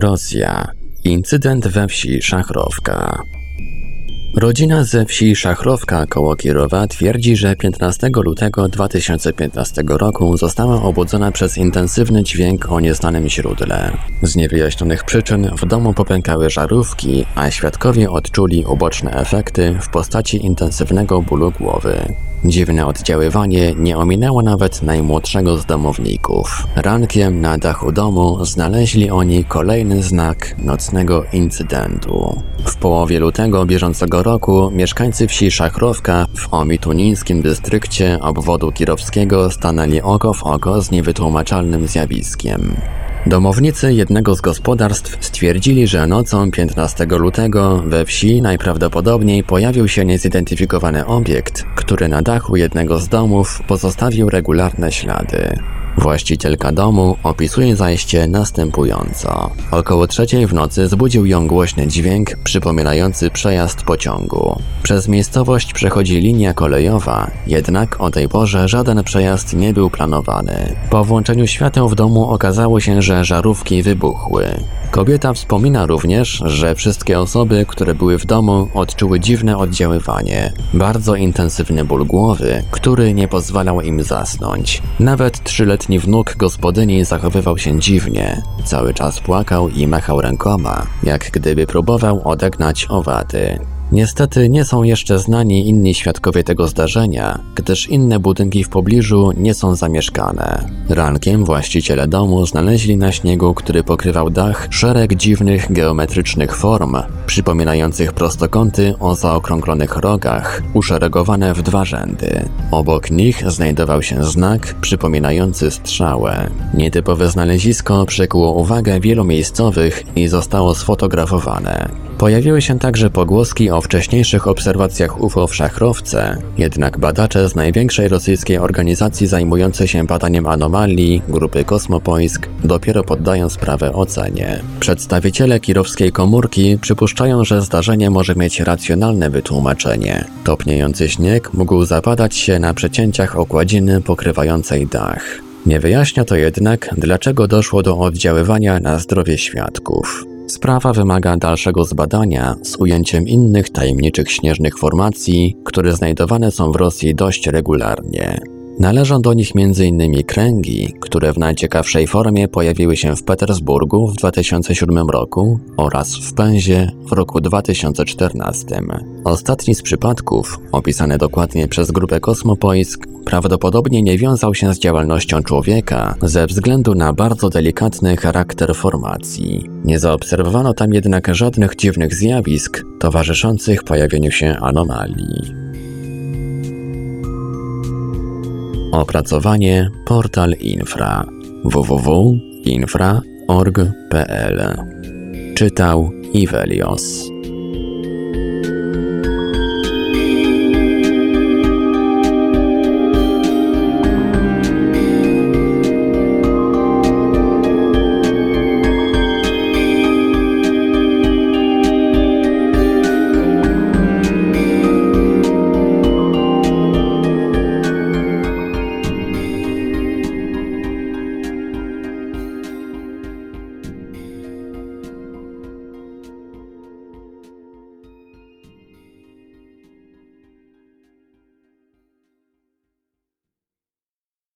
Rosja. Incydent we wsi Szachrowka. Rodzina ze wsi Szachrowka koło Kirowa twierdzi, że 15 lutego 2015 roku została obudzona przez intensywny dźwięk o nieznanym źródle. Z niewyjaśnionych przyczyn w domu popękały żarówki, a świadkowie odczuli uboczne efekty w postaci intensywnego bólu głowy. Dziwne oddziaływanie nie ominęło nawet najmłodszego z domowników. Rankiem na dachu domu znaleźli oni kolejny znak nocnego incydentu. W połowie lutego bieżącego roku mieszkańcy wsi Szachrowka w omitunińskim dystrykcie obwodu kirowskiego stanęli oko w oko z niewytłumaczalnym zjawiskiem. Domownicy jednego z gospodarstw stwierdzili, że nocą 15 lutego we wsi najprawdopodobniej pojawił się niezidentyfikowany obiekt, który na dachu jednego z domów pozostawił regularne ślady. Właścicielka domu opisuje zajście następująco. Około 3 w nocy zbudził ją głośny dźwięk przypominający przejazd pociągu. Przez miejscowość przechodzi linia kolejowa, jednak o tej porze żaden przejazd nie był planowany. Po włączeniu świateł w domu okazało się, że żarówki wybuchły. Kobieta wspomina również, że wszystkie osoby, które były w domu, odczuły dziwne oddziaływanie. Bardzo intensywny ból głowy, który nie pozwalał im zasnąć. Nawet 3-letni wnuk gospodyni zachowywał się dziwnie. Cały czas płakał i machał rękoma, jak gdyby próbował odegnać owady. Niestety nie są jeszcze znani inni świadkowie tego zdarzenia, gdyż inne budynki w pobliżu nie są zamieszkane. Rankiem właściciele domu znaleźli na śniegu, który pokrywał dach, szereg dziwnych geometrycznych form, przypominających prostokąty o zaokrąglonych rogach, uszeregowane w 2 rzędy. Obok nich znajdował się znak przypominający strzałę. Nietypowe znalezisko przykuło uwagę wielu miejscowych i zostało sfotografowane. Pojawiły się także pogłoski o wcześniejszych obserwacjach UFO w Szachrowce, jednak badacze z największej rosyjskiej organizacji zajmującej się badaniem anomalii, grupy Kosmopoisk, dopiero poddają sprawę ocenie. Przedstawiciele kirowskiej komórki przypuszczają, że zdarzenie może mieć racjonalne wytłumaczenie. Topniejący śnieg mógł zapadać się na przecięciach okładziny pokrywającej dach. Nie wyjaśnia to jednak, dlaczego doszło do oddziaływania na zdrowie świadków. Sprawa wymaga dalszego zbadania z ujęciem innych tajemniczych śnieżnych formacji, które znajdowane są w Rosji dość regularnie. Należą do nich m.in. kręgi, które w najciekawszej formie pojawiły się w Petersburgu w 2007 roku oraz w Pęzie w roku 2014. Ostatni z przypadków, opisany dokładnie przez grupę Kosmopoisk, prawdopodobnie nie wiązał się z działalnością człowieka ze względu na bardzo delikatny charakter formacji. Nie zaobserwowano tam jednak żadnych dziwnych zjawisk towarzyszących pojawieniu się anomalii. Opracowanie Portal Infra www.infra.org.pl. Czytał Ivelios.